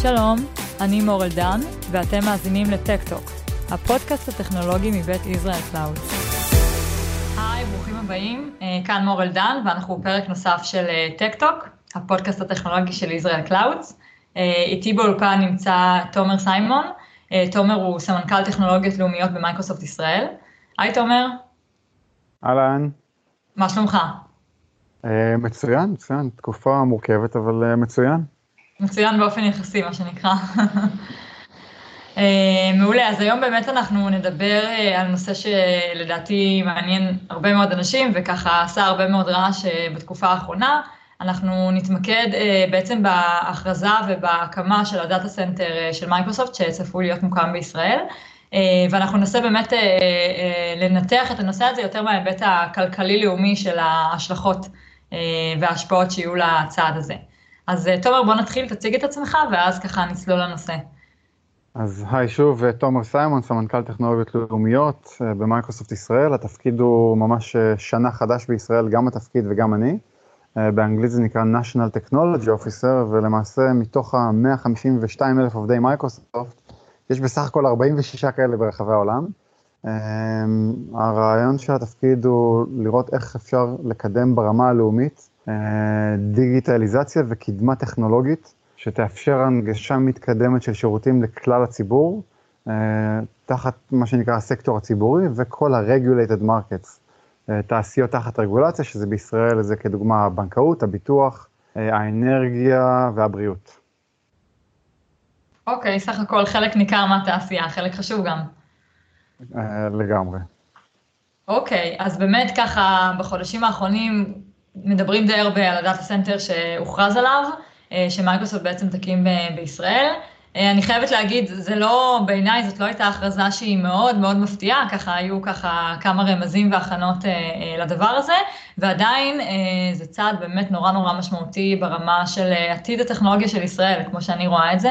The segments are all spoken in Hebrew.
שלום, אני מור אלדן, ואתם מאזינים לטק-טוק, הפודקאסט הטכנולוגי מבית ישראל קלאוד. היי, ברוכים הבאים, כאן מור אלדן, ואנחנו בפרק נוסף של טק-טוק, הפודקאסט הטכנולוגי של ישראל קלאוד. איתי באולפן נמצא תומר סיימון, תומר הוא סמנכ"ל טכנולוגיות לאומיות במייקרוסופט ישראל. היי תומר. אהלן. מה שלומך? מצוין, תקופה מורכבת, אבל מצוין. מצוין באופן יחסי, מה שנקרא. מעולה, אז היום באמת אנחנו נדבר על נושא שלדעתי מעניין הרבה מאוד אנשים, וככה עשה הרבה מאוד רעש בתקופה האחרונה. אנחנו נתמקד בעצם בהכרזה ובהקמה של הדאטה סנטר של מייקרוסופט, שצפוי להיות מוקם בישראל, ואנחנו ננסה באמת לנתח את הנושא הזה יותר מההיבט הכלכלי-לאומי של ההשלכות וההשפעות שיהיו לצעד הזה. אז תומר, בוא נתחיל, תציג את עצמך, ואז ככה נצלול לנושא. אז היי שוב, תומר סיימון, סמנכ"ל טכנולוגיות לאומיות במייקרוסופט ישראל. התפקיד הוא ממש שנה חדש בישראל, גם התפקיד וגם אני. באנגלית זה נקרא National Technology Officer, ולמעשה מתוך ה-152,000 עובדי מייקרוסופט, יש בסך הכל 46 כאלה ברחבי העולם. הרעיון של התפקיד הוא לראות איך אפשר לקדם ברמה הלאומית, דיגיטליזציה וקדמה טכנולוגית, שתאפשר הנגשה מתקדמת של שירותים לכלל הציבור, תחת מה שנקרא הסקטור הציבורי, וכל ה-regulated markets, תעשיות תחת רגולציה, שזה בישראל, זה כדוגמה הבנקאות, הביטוח, האנרגיה והבריאות. אוקיי, סך הכל חלק ניכר מהתעשייה, חלק חשוב גם. לגמרי. אוקיי, אז באמת ככה בחודשים האחרונים מדברים די הרבה על הדאטה סנטר שהוכרז עליו, שמייקרוסופט בעצם תקים בישראל. אני חייבת להגיד, זה לא, בעיניי זאת לא הייתה הכרזה שהיא מאוד מאוד מפתיעה, ככה היו ככה כמה רמזים והכנות לדבר הזה, ועדיין זה צעד באמת נורא נורא משמעותי ברמה של עתיד הטכנולוגיה של ישראל, כמו שאני רואה את זה,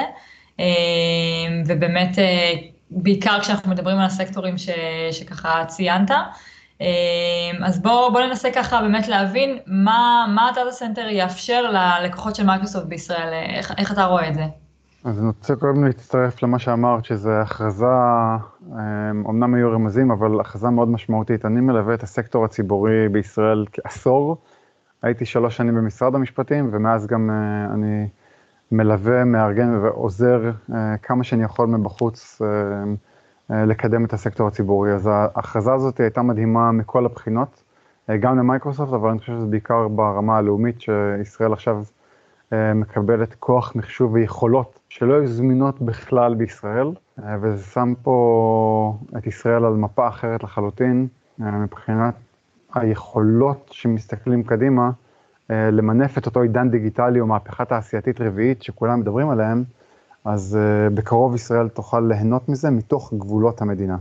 ובאמת בעיקר כשאנחנו מדברים על הסקטורים שככה ציינת. אז בוא ננסה ככה באמת להבין מה הדאטה סנטר יאפשר ללקוחות של מייקרוסופט בישראל, איך אתה רואה את זה? אז אני רוצה קודם להצטרף למה שאמרת, שזה הכרזה, אמנם היו רמזים, אבל הכרזה מאוד משמעותית. אני מלווה את הסקטור הציבורי בישראל כעשור, הייתי 3 שנים במשרד המשפטים, ומאז גם אני מלווה, מארגן ועוזר כמה שאני יכול מבחוץ לקדם את הסקטור הציבורי. אז ההכרזה הזאת הייתה מדהימה מכל הבחינות, גם למייקרוסופט, אבל אני חושב שזה בעיקר ברמה הלאומית, שישראל עכשיו מקבלת כוח מחשוב ויכולות שלא היו זמינות בכלל בישראל, וזה שם פה את ישראל על מפה אחרת לחלוטין, מבחינת היכולות שמסתכלים קדימה, למנף את אותו עידן דיגיטלי או מהפכה תעשייתית רביעית שכולם מדברים עליהם, אז בקרוב ישראל תוכל ליהנות מזה מתוך גבולות המדינה.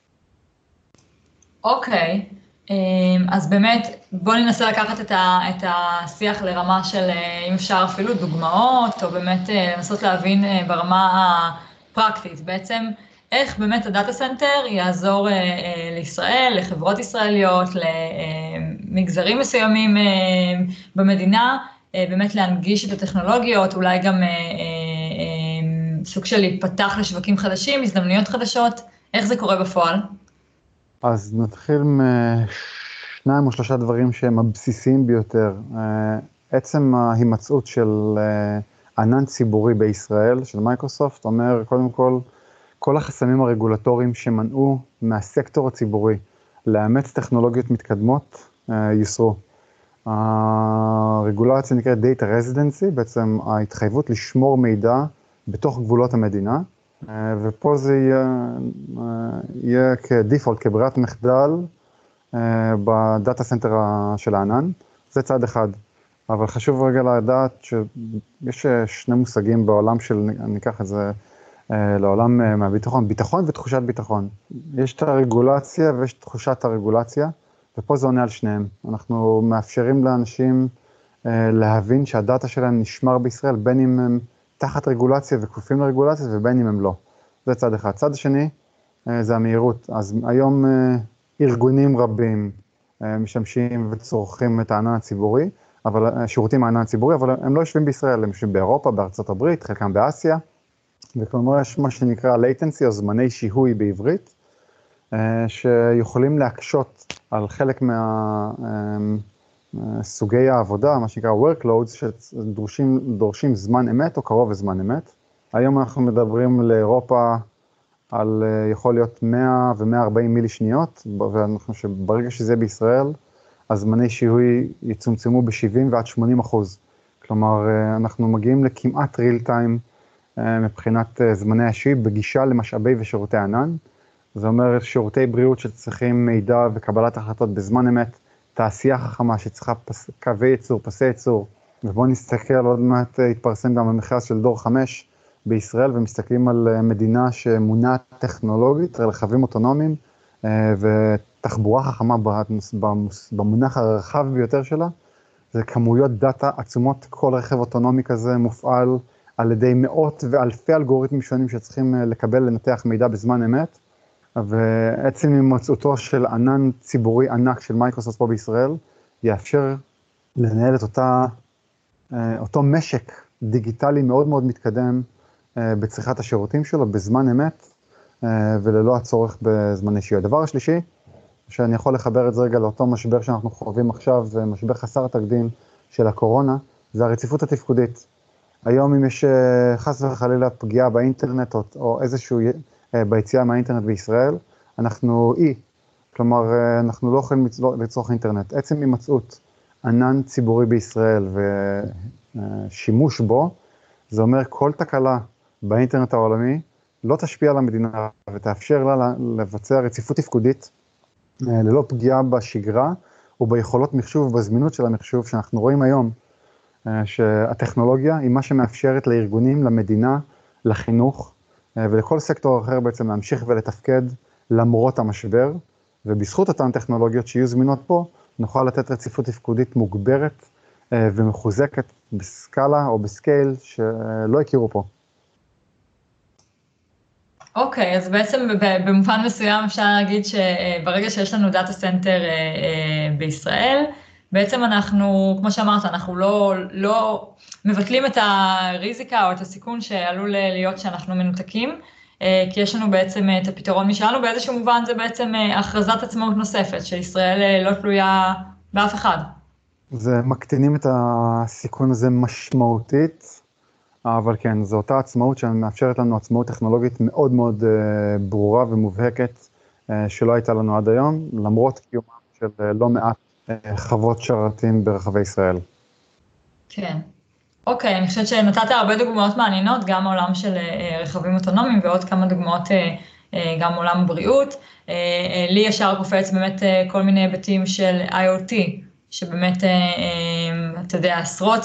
אוקיי, אז באמת בוא ננסה לקחת את השיח לרמה של אם אפשר אפילו דוגמאות, או באמת לנסות להבין ברמה הפרקטית, בעצם איך באמת הדאטה סנטר יעזור לישראל, לחברות ישראליות, למגזרים מסוימים במדינה, באמת להנגיש את הטכנולוגיות, אולי גם סוג של להתפתח לשווקים חדשים, הזדמנויות חדשות, איך זה קורה בפועל? אז נתחיל משניים או 3 דברים שהם הבסיסיים ביותר. עצם ההימצאות של ענן ציבורי בישראל, של מייקרוסופט, אומר קודם כל החסמים הרגולטוריים שמנעו מהסקטור הציבורי לאמץ טכנולוגיות מתקדמות יוסרו. הרגולציה נקראת Data Residency, בעצם ההתחייבות לשמור מידע בתוך גבולות המדינה, ופה זה יהיה כדיפולט, כברירת מחדל בדאטה סנטר של הענן. זה צעד אחד. אבל חשוב רגע לדעת שיש 2 מושגים בעולם של, אני אקח את זה לעולם מהביטחון, ביטחון ותחושת ביטחון. יש את הרגולציה ויש תחושת הרגולציה, ופה זה עונה על שניהם. אנחנו מאפשרים לאנשים להבין שהדאטה שלהם נשמר בישראל, בין אם הם תחת רגולציה וכפופים לרגולציה, ובין אם הם לא. זה צד אחד. צד שני, זה המהירות. אז היום ארגונים רבים משתמשים וצורכים את הענן הציבורי, אבל שירותים מהענן הציבורי, אבל הם לא יושבים בישראל, הם יושבים באירופה, בארצות הברית, חלקם באסיה, וכלומר יש מה שנקרא latency או זמני שיהוי בעברית, שיכולים להקשות על חלק סוגי העבודה, מה שנקרא workloads, שדורשים זמן אמת או קרוב לזמן אמת. היום אנחנו מדברים לאירופה על יכול להיות 100 ו-140 מילי שניות, ואנחנו שברגע שזה בישראל, אז זמני שיהוי יצומצמו ב-70 ועד 80%. כלומר, אנחנו מגיעים לכמעט real time מבחינת זמני השיהוי בגישה למשאבי ושירותי ענן. זה אומר שירותי בריאות שצריכים מידע וקבלת החלטות בזמן אמת, תעשייה חכמה שצריכה קווי ייצור, פסי ייצור, ובואו נסתכל, עוד מעט התפרסם גם המכרז של דור 5 בישראל, ומסתכלים על מדינה שמונעת טכנולוגית, רכבים אוטונומיים, ותחבורה חכמה במונח הרחב ביותר שלה, זה כמויות דאטה עצומות, כל רכב אוטונומי כזה מופעל על ידי מאות ואלפי אלגוריתמים שונים שצריכים לקבל, לנתח מידע בזמן אמת, ועצם הימצאותו של ענן ציבורי ענק של מייקרוסופט פה בישראל, יאפשר לנהל את אותו משק דיגיטלי מאוד מאוד מתקדם בצריכת השירותים שלו בזמן אמת, וללא הצורך בזמני שיהוי. הדבר השלישי, שאני יכול לחבר את זה רגע לאותו משבר שאנחנו חווים עכשיו, משבר חסר תקדים של הקורונה, זה הרציפות התפקודית. היום אם יש חס וחלילה פגיעה באינטרנט או איזשהו ביציאה מהאינטרנט בישראל, אנחנו כלומר אנחנו לא יכולים לצרוך אינטרנט. עצם הימצאות ענן ציבורי בישראל ושימוש בו, זה אומר כל תקלה באינטרנט העולמי לא תשפיע על המדינה ותאפשר לה לבצע רציפות תפקודית ללא פגיעה בשגרה וביכולות מחשוב ובזמינות של המחשוב שאנחנו רואים היום, שהטכנולוגיה היא מה שמאפשרת לארגונים, למדינה, לחינוך ולכל סקטור אחר בעצם להמשיך ולתפקד למרות המשבר, ובזכות אותן טכנולוגיות שיהיו זמינות פה, נוכל לתת רציפות תפקודית מוגברת ומחוזקת בסקאלה או בסקייל שלא הכירו פה. אוקיי, אז בעצם במובן מסוים אפשר להגיד שברגע שיש לנו דאטה סנטר בישראל, בעצם אנחנו, כמו שאמרת, אנחנו לא מבטלים את הריזיקה או את הסיכון שעלול להיות שאנחנו מנותקים, כי יש לנו בעצם את הפתרון משלנו, באיזשהו מובן זה בעצם הכרזת עצמאות נוספת, שישראל לא תלויה באף אחד. זה מקטינים את הסיכון הזה משמעותית, אבל כן, זו אותה עצמאות שמאפשרת לנו עצמאות טכנולוגית מאוד מאוד ברורה ומובהקת, שלא הייתה לנו עד היום, למרות קיומם של לא מעט חוות שרתים ברחבי ישראל. כן. אוקיי, אני חושבת שנתת הרבה דוגמאות מעניינות, גם העולם של רכבים אוטונומיים ועוד כמה דוגמאות גם עולם הבריאות. לי ישר קופץ באמת כל מיני היבטים של IoT, שבאמת, אתה יודע, עשרות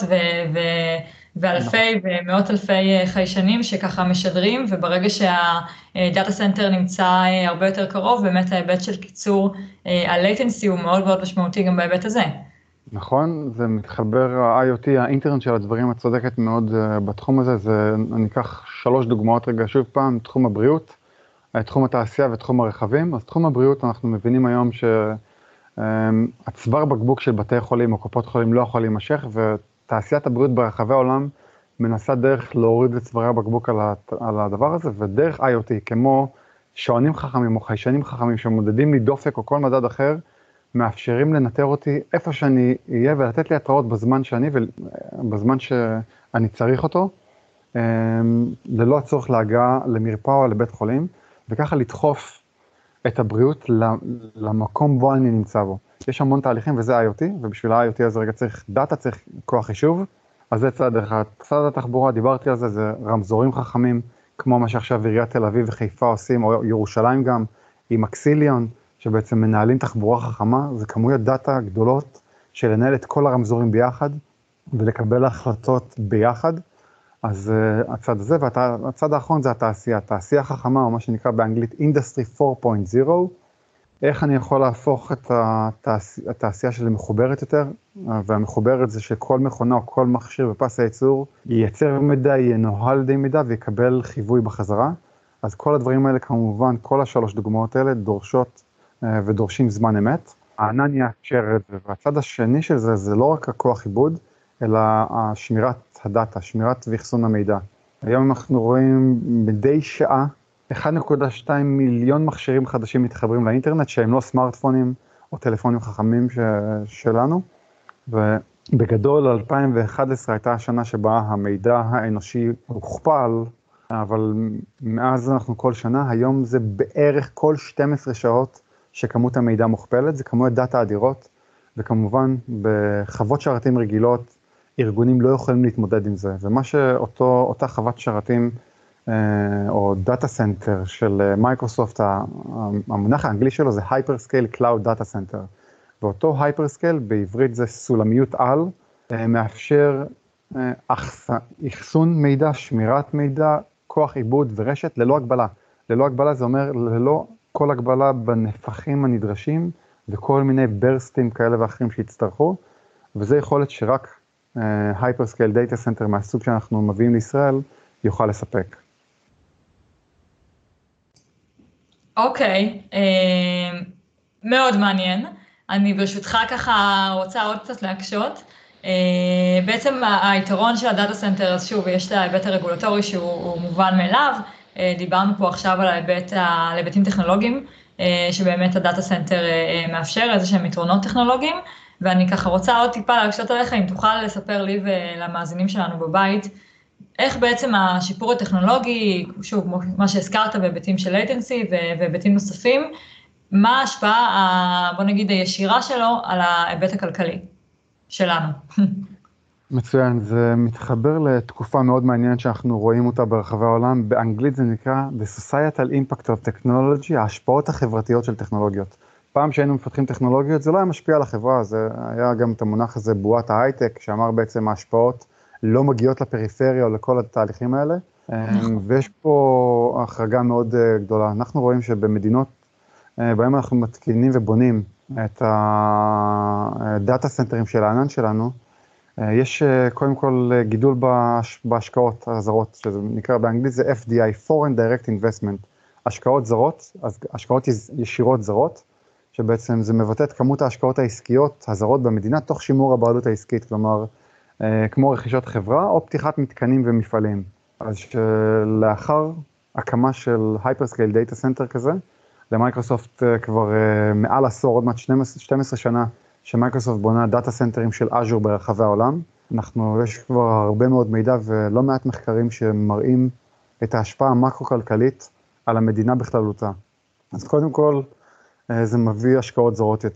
ואלפי ומאות אלפי חיישנים שככה משדרים, וברגע שהדאטה סנטר נמצא הרבה יותר קרוב, באמת ההיבט של קיצור ה-latency הוא מאוד מאוד משמעותי גם בהיבט הזה. נכון, זה מתחבר, ה-IoT, האינטרנט של הדברים, את צודקת מאוד בתחום הזה, אני אקח 3 דוגמאות רגע שוב פעם, תחום הבריאות, תחום התעשייה ותחום הרכבים. אז תחום הבריאות אנחנו מבינים היום שהצוואר בקבוק של בתי חולים או קופות חולים לא יכול להימשך, ותעשיית הבריאות ברחבי העולם מנסה דרך להוריד את צווארי הבקבוק על הדבר הזה, ודרך IoT, כמו שעונים חכמים או חיישנים חכמים שמודדים לי דופק או כל מדד אחר, מאפשרים לנטר אותי איפה שאני אהיה ולתת לי התראות בזמן שאני צריך אותו, ללא הצורך להגעה למרפאה או לבית חולים, וככה לדחוף את הבריאות למקום בו אני נמצא בו. יש המון תהליכים וזה IoT, ובשביל ה-IoT הזה רגע צריך דאטה, צריך כוח חישוב, אז זה צד אחד. צד התחבורה, דיברתי על זה, זה רמזורים חכמים, כמו מה שעכשיו עיריית תל אביב וחיפה עושים, או ירושלים גם, עם אקסיליון, שבעצם מנהלים תחבורה חכמה, זה כמויות דאטה גדולות של לנהל את כל הרמזורים ביחד, ולקבל החלטות ביחד. אז הצד הזה, והצד האחרון זה התעשייה. תעשייה חכמה, או מה שנקרא באנגלית Industry 4.0, איך אני יכול להפוך את התעשייה שלי מחוברת יותר, והמחוברת זה שכל מכונה או כל מכשיר בפס הייצור, ייצר מידע, ינוהל די מידע, ויקבל חיווי בחזרה. אז כל הדברים האלה כמובן, כל 3 דוגמאות האלה דורשות ודורשים זמן אמת. הענן יאפשר את זה, והצד השני של זה, זה לא רק הכוח עיבוד, אלא שמירת הדאטה, שמירת ואחסון המידע. היום אנחנו רואים מדי שעה 1.2 מיליון מכשירים חדשים מתחברים לאינטרנט, שהם לא סמארטפונים או טלפונים חכמים שלנו, ובגדול 2011 הייתה השנה שבה המידע האנושי הוכפל, אבל מאז אנחנו כל שנה, היום זה בערך כל 12 שעות שכמות המידע מוכפלת, זה כמות דאטה אדירות, וכמובן בחוות שרתים רגילות, ארגונים לא יכולים להתמודד עם זה, ומה אותה חוות שרתים, או דאטה סנטר של מייקרוסופט, המונח האנגלי שלו זה Hyperscale Cloud Data Center, ואותו Hyperscale בעברית זה סולמיות על, מאפשר אחסון מידע, שמירת מידע, כוח עיבוד ורשת ללא הגבלה. ללא הגבלה זה אומר ללא כל הגבלה בנפחים הנדרשים, וכל מיני ברסטים כאלה ואחרים שיצטרכו, וזה יכולת שרק Hyperscale Data Center מהסוג שאנחנו מביאים לישראל, יוכל לספק. אוקיי, מאוד מעניין. אני ברשותך ככה רוצה עוד קצת להקשות. בעצם היתרון של הדאטה סנטר, אז שוב, יש את ההיבט הרגולטורי שהוא מובן מאליו, דיברנו פה עכשיו על היבטים טכנולוגיים, שבאמת הדאטה סנטר מאפשר איזה שהם יתרונות טכנולוגיים, ואני ככה רוצה עוד טיפה להקשות עליך, אם תוכל לספר לי ולמאזינים שלנו בבית, איך בעצם השיפור הטכנולוגי, שוב, מה שהזכרת בהיבטים של latency והיבטים נוספים, מה ההשפעה, בוא נגיד, הישירה שלו על ההיבט הכלכלי שלנו? מצוין, זה מתחבר לתקופה מאוד מעניינת שאנחנו רואים אותה ברחבי העולם, באנגלית זה נקרא The Societal Impact of Technology, ההשפעות החברתיות של טכנולוגיות. פעם שהיינו מפתחים טכנולוגיות זה לא היה משפיע על החברה, זה היה גם את המונח הזה בועת ההייטק, שאמר בעצם ההשפעות לא מגיעות לפריפריה או לכל התהליכים האלה, ויש פה החרגה מאוד גדולה. אנחנו רואים שבמדינות בהם אנחנו מתקינים ובונים את הדאטה סנטרים של הענן שלנו, יש קודם כל גידול בהשקעות הזרות, שזה נקרא באנגלית זה FDI, Foreign Direct Investment, השקעות זרות, השקעות ישירות זרות, שבעצם זה מבטא את כמות ההשקעות העסקיות הזרות במדינה, תוך שימור הבעלות העסקית, כלומר, כמו רכישת חברה או פתיחת מתקנים ומפעלים. אז לאחר הקמה של Hyperscale Data Center כזה, למייקרוסופט כבר מעל עשור, עוד מעט 12 שנה, שמייקרוסופט בונה דאטה סנטרים של Azure ברחבי העולם. יש כבר הרבה מאוד מידע ולא מעט מחקרים שמראים את ההשפעה המקרו-כלכלית על המדינה בכללותה. אז קודם כל, זה מביא השקעות זרות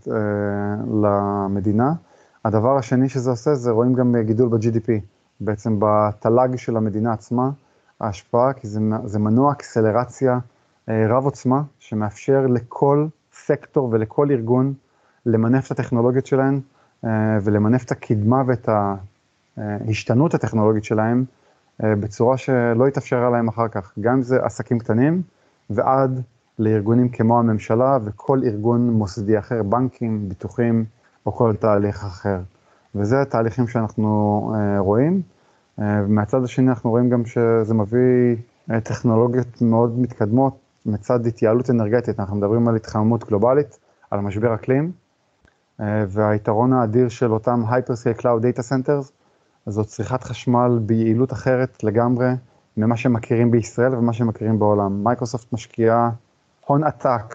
למדינה. הדבר השני שזה עושה, זה רואים גם גידול ב-GDP, בעצם בתל"ג של המדינה עצמה, ההשפעה, כי זה מנוע אקסלרציה רב עוצמה, שמאפשר לכל סקטור ולכל ארגון למנף את הטכנולוגיות שלהם, ולמנף את הקדמה ואת ההשתנות הטכנולוגית שלהם, בצורה שלא יתאפשר עליהם אחר כך. גם אם זה עסקים קטנים, ועד לארגונים כמו הממשלה, וכל ארגון מוסדי אחר, בנקים, ביטוחים, או כל תהליך אחר. וזה התהליכים שאנחנו רואים. מהצד השני אנחנו רואים גם שזה מביא טכנולוגיות מאוד מתקדמות, מצד התייעלות אנרגטית. אנחנו מדברים על התחממות גלובלית, על משבר אקלים, והיתרון האדיר של אותם Hyperscale Cloud Data Centers, זאת צריכת חשמל ביעילות אחרת לגמרי, ממה שמכירים בישראל ומה שמכירים בעולם. מייקרוסופט משקיעה הון עתק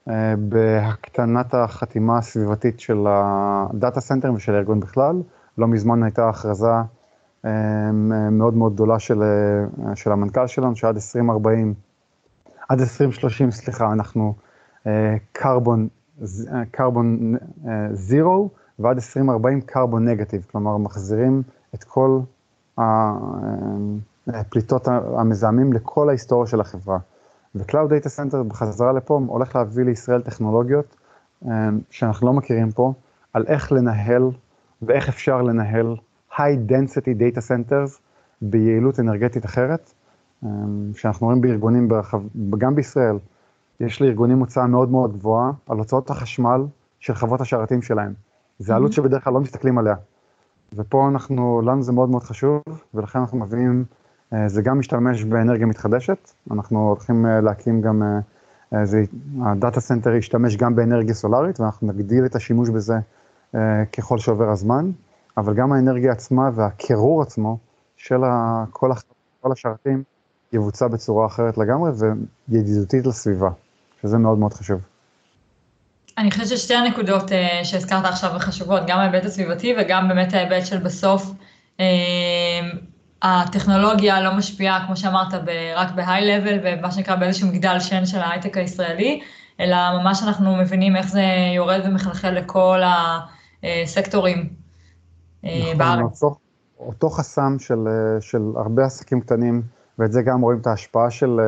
בהקטנת החתימה הסביבתית של הדאטה סנטר ושל הארגון בכלל. לא מזמן הייתה הכרזה מאוד מאוד גדולה של המנכ"ל שלנו, שעד 2030, אנחנו קרבון זירו, ועד 2040 קרבון נגטיב, כלומר מחזירים את כל הפליטות המזהמים לכל ההיסטוריה של החברה. ו-Cloud Data Center בחזרה לפה הולך להביא לישראל טכנולוגיות שאנחנו לא מכירים פה, על איך לנהל ואיך אפשר לנהל high density data centers ביעילות אנרגטית אחרת, שאנחנו רואים בארגונים גם בישראל, יש לארגונים הוצאה מאוד מאוד גבוהה על הוצאות החשמל של חברות השרתים שלהם. זה עלות שבדרך כלל לא מסתכלים עליה. ופה לנו זה מאוד מאוד חשוב, ולכן אנחנו מביאים, זה גם משתמש באנרגיה מתחדשת, אנחנו הולכים להקים גם, הדאטה סנטר ישתמש גם באנרגיה סולארית, ואנחנו נגדיל את השימוש בזה ככל שעובר הזמן, אבל גם האנרגיה עצמה והקירור עצמו של כל כל השרתים יבוצע בצורה אחרת לגמרי וידידותית לסביבה, שזה מאוד מאוד חשוב. אני חושבת ששתי הנקודות שהזכרת עכשיו חשובות, גם ההיבט הסביבתי וגם באמת ההיבט של בסוף הטכנולוגיה לא משפיעה, כמו שאמרת, רק בהיי-לבל ומה שנקרא באיזשהו מגדל שן של ההייטק הישראלי, אלא ממש אנחנו מבינים איך זה יורד ומחלחל לכל הסקטורים בארץ. נכון, אותו חסם של הרבה עסקים קטנים, ואת זה גם רואים את ההשפעה של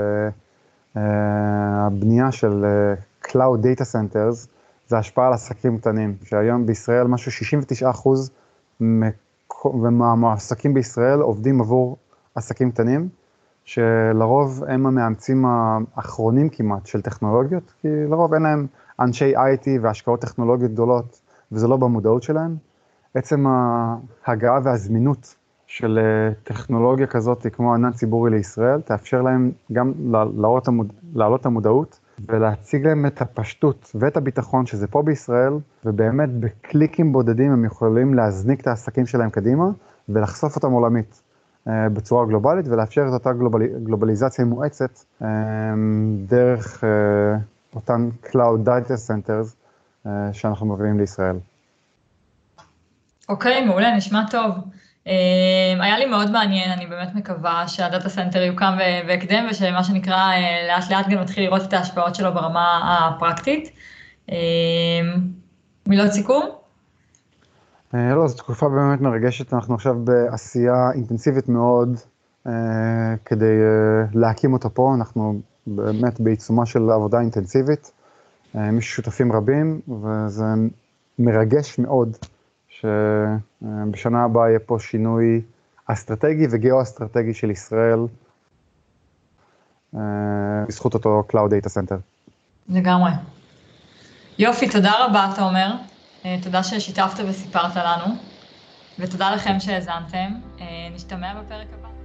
הבנייה של Cloud Data Centers, זה השפעה על עסקים קטנים, שהיום בישראל משהו 69% מהמועסקים בישראל עובדים עבור עסקים קטנים, שלרוב הם המאמצים האחרונים כמעט של טכנולוגיות, כי לרוב אין להם אנשי IT והשקעות טכנולוגיות גדולות, וזה לא במודעות שלהם. עצם ההגעה והזמינות של טכנולוגיה כזאת, כמו ענן ציבורי לישראל, תאפשר להם גם להעלות את המודעות, ולהציג להם את הפשטות ואת הביטחון שזה פה בישראל, ובאמת בקליקים בודדים הם יכולים להזניק את העסקים שלהם קדימה, ולחשוף אותם עולמית בצורה גלובלית, ולאפשר את אותה גלובליזציה מואצת, דרך אותן Cloud Data Centers שאנחנו מביאים לישראל. אוקיי, מעולה, נשמע טוב. היה לי מאוד מעניין, אני באמת מקווה שהדאטה סנטר יוקם בהקדם, ושמה שנקרא לאט לאט גם מתחיל לראות את ההשפעות שלו ברמה הפרקטית. מילות סיכום? לא, זו תקופה באמת מרגשת, אנחנו עכשיו בעשייה אינטנסיבית מאוד כדי להקים אותו פה, אנחנו באמת בעיצומה של עבודה אינטנסיבית, יש שותפים רבים, וזה מרגש מאוד. שבשנה הבאה יהיה פה שינוי אסטרטגי וגיאו-אסטרטגי של ישראל, בזכות אותו Cloud Data Center. לגמרי. יופי, תודה רבה, תומר. תודה ששיתפת וסיפרת לנו, ותודה לכם שהאזנתם. נשתמע בפרק הבא.